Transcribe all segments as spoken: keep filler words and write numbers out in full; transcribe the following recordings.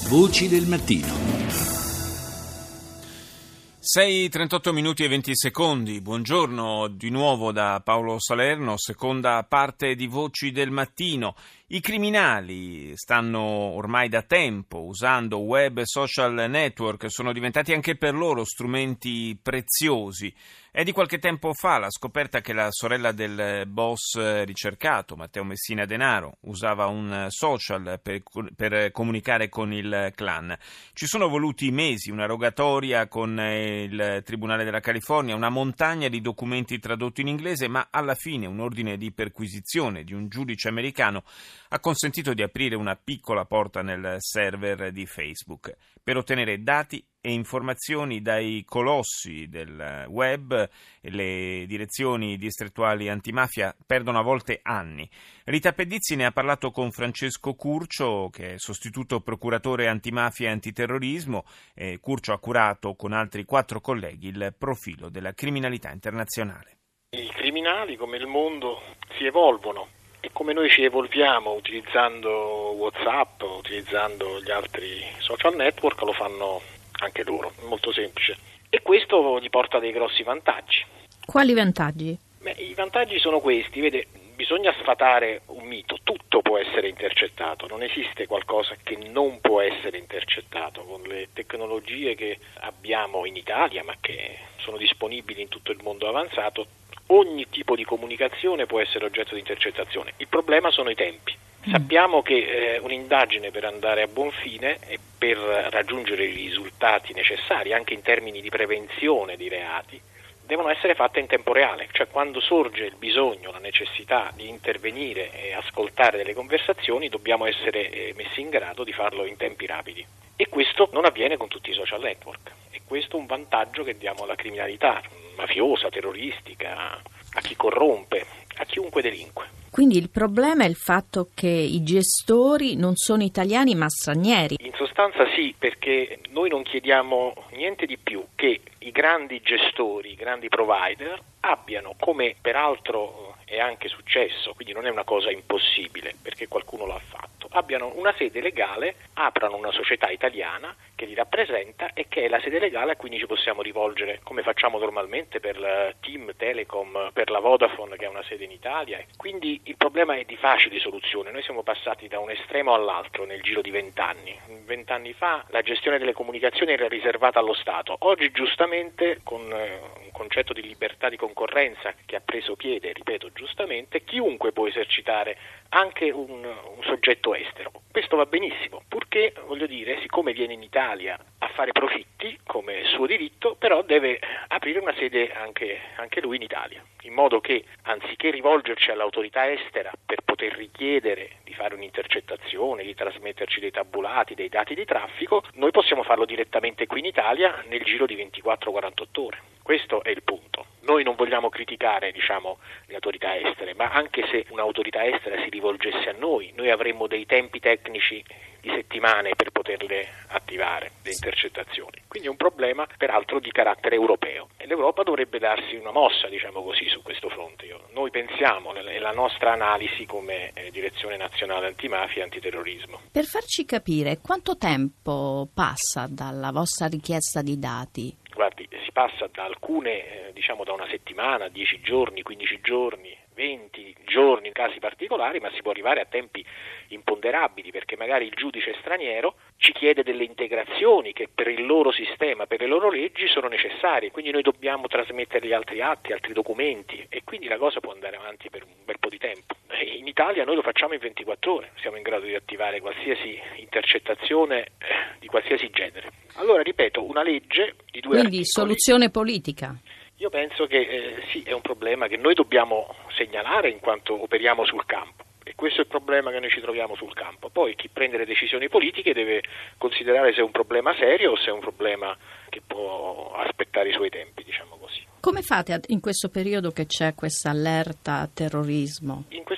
Voci del mattino. sei e trentotto minuti e venti secondi. Buongiorno di nuovo da Paolo Salerno, seconda parte di Voci del Mattino. I criminali stanno ormai da tempo usando web e social network, sono diventati anche per loro strumenti preziosi. È di qualche tempo fa la scoperta che la sorella del boss ricercato, Matteo Messina Denaro, usava un social per, per comunicare con il clan. Ci sono voluti mesi, una rogatoria con il Tribunale della California, una montagna di documenti tradotti in inglese, ma alla fine un ordine di perquisizione di un giudice americano ha consentito di aprire una piccola porta nel server di Facebook per ottenere dati e informazioni dai colossi del web. Le direzioni distrettuali antimafia perdono a volte anni. Rita Pedizzi ne ha parlato con Francesco Curcio, che è sostituto procuratore antimafia e antiterrorismo. E Curcio ha curato con altri quattro colleghi il profilo della criminalità internazionale. I criminali, come il mondo, si evolvono. E come noi ci evolviamo utilizzando WhatsApp, utilizzando gli altri social network, lo fanno anche loro, è molto semplice. E questo gli porta dei grossi vantaggi. Quali vantaggi? Beh, i vantaggi sono questi, vede, bisogna sfatare un mito, tutto può essere intercettato, non esiste qualcosa che non può essere intercettato. Con le tecnologie che abbiamo in Italia, ma che sono disponibili in tutto il mondo avanzato, ogni tipo di comunicazione può essere oggetto di intercettazione. Il problema sono i tempi. Sappiamo che eh, un'indagine per andare a buon fine e per raggiungere i risultati necessari, anche in termini di prevenzione di reati, devono essere fatte in tempo reale, cioè quando sorge il bisogno, la necessità di intervenire e ascoltare delle conversazioni, dobbiamo essere eh, messi in grado di farlo in tempi rapidi. E questo non avviene con tutti i social network. E questo è un vantaggio che diamo alla criminalità mafiosa, terroristica, a chi corrompe, a chiunque delinque. Quindi il problema è il fatto che i gestori non sono italiani ma stranieri. In sostanza sì, perché noi non chiediamo niente di più che i grandi gestori, i grandi provider abbiano, come peraltro è anche successo, quindi non è una cosa impossibile perché qualcuno l'ha fatto, abbiano una sede legale, aprano una società italiana che li rappresenta e che è la sede legale a cui ci possiamo rivolgere, come facciamo normalmente per la Team Telecom, per la Vodafone che ha una sede in Italia. Quindi il problema è di facile soluzione. Noi siamo passati da un estremo all'altro nel giro di vent'anni. Vent'anni fa la gestione delle comunicazioni era riservata allo Stato. Oggi giustamente, con un concetto di libertà di concorrenza che ha preso piede, ripeto giustamente, chiunque può esercitare anche un, un soggetto estero. Questo va benissimo, purché, voglio dire, siccome viene in Italia a fare profitti, come suo diritto, però deve aprire una sede anche, anche lui in Italia, in modo che, anziché rivolgerci all'autorità estera per poter richiedere di fare un'intercettazione, di trasmetterci dei tabulati, dei dati di traffico, noi possiamo farlo direttamente qui in Italia nel giro di ventiquattro quarantotto ore. Questo è il punto. Noi non vogliamo criticare, diciamo, le autorità estere, ma anche se un'autorità estera si rivolgesse a noi, noi avremmo dei tempi tecnici di settimane per poterle attivare, le intercettazioni. Quindi è un problema, peraltro, di carattere europeo. E l'Europa dovrebbe darsi una mossa, diciamo così, su questo fronte. Io, noi pensiamo, è la nostra analisi come eh, Direzione Nazionale Antimafia e Antiterrorismo. Per farci capire, quanto tempo passa dalla vostra richiesta di dati? Guardi, si passa da alcune, eh, diciamo da una settimana, dieci giorni, quindici giorni, venti giorni in casi particolari, ma si può arrivare a tempi imponderabili, perché magari il giudice straniero ci chiede delle integrazioni che per il loro sistema, per le loro leggi sono necessarie, quindi noi dobbiamo trasmettere altri atti, altri documenti, e quindi la cosa può andare avanti per un bel po' di tempo. E in Italia noi lo facciamo in ventiquattro ore, siamo in grado di attivare qualsiasi intercettazione eh, di qualsiasi genere. Allora, ripeto, una legge di due Quindi articoli. soluzione politica. Io penso che eh, sì, è un problema che noi dobbiamo segnalare in quanto operiamo sul campo, e questo è il problema che noi ci troviamo sul campo. Poi chi prende le decisioni politiche deve considerare se è un problema serio o se è un problema che può aspettare i suoi tempi, diciamo così. Come fate in questo periodo che c'è questa allerta terrorismo? In questo periodo c'è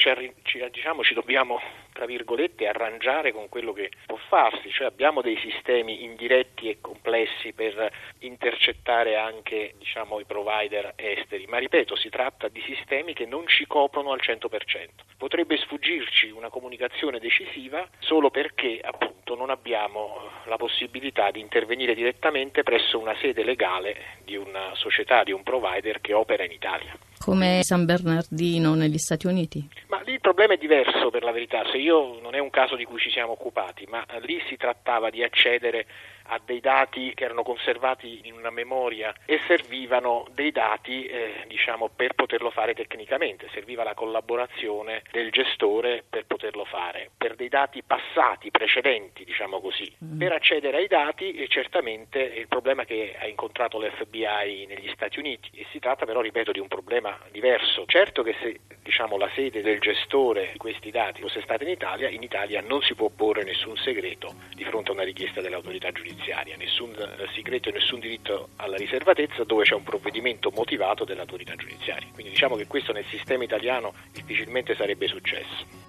arri- ci, diciamo, ci dobbiamo, tra virgolette, arrangiare con quello che può farsi, cioè abbiamo dei sistemi indiretti e complessi per intercettare anche, diciamo, i provider esteri, ma ripeto, si tratta di sistemi che non ci coprono al cento per cento. Potrebbe sfuggirci una comunicazione decisiva solo perché appunto non abbiamo la possibilità di intervenire direttamente presso una sede legale di una società, di un provider che opera in Italia. Come San Bernardino negli Stati Uniti? Ma lì il problema è diverso, per la verità. Se io non è un caso di cui ci siamo occupati, ma lì si trattava di accedere a dei dati che erano conservati in una memoria e servivano dei dati eh, diciamo per poterlo fare tecnicamente, serviva la collaborazione del gestore per poterlo fare, per dei dati passati, precedenti, diciamo così. Mm. Per accedere ai dati e certamente il problema che ha incontrato l'F B I negli Stati Uniti, e si tratta però, ripeto, di un problema diverso. Certo che se diciamo la sede del gestore di questi dati fosse stata in Italia, in Italia non si può porre nessun segreto di fronte a una richiesta dell'autorità giudiziaria, nessun segreto e nessun diritto alla riservatezza dove c'è un provvedimento motivato dell'autorità giudiziaria. Quindi diciamo che questo nel sistema italiano difficilmente sarebbe successo.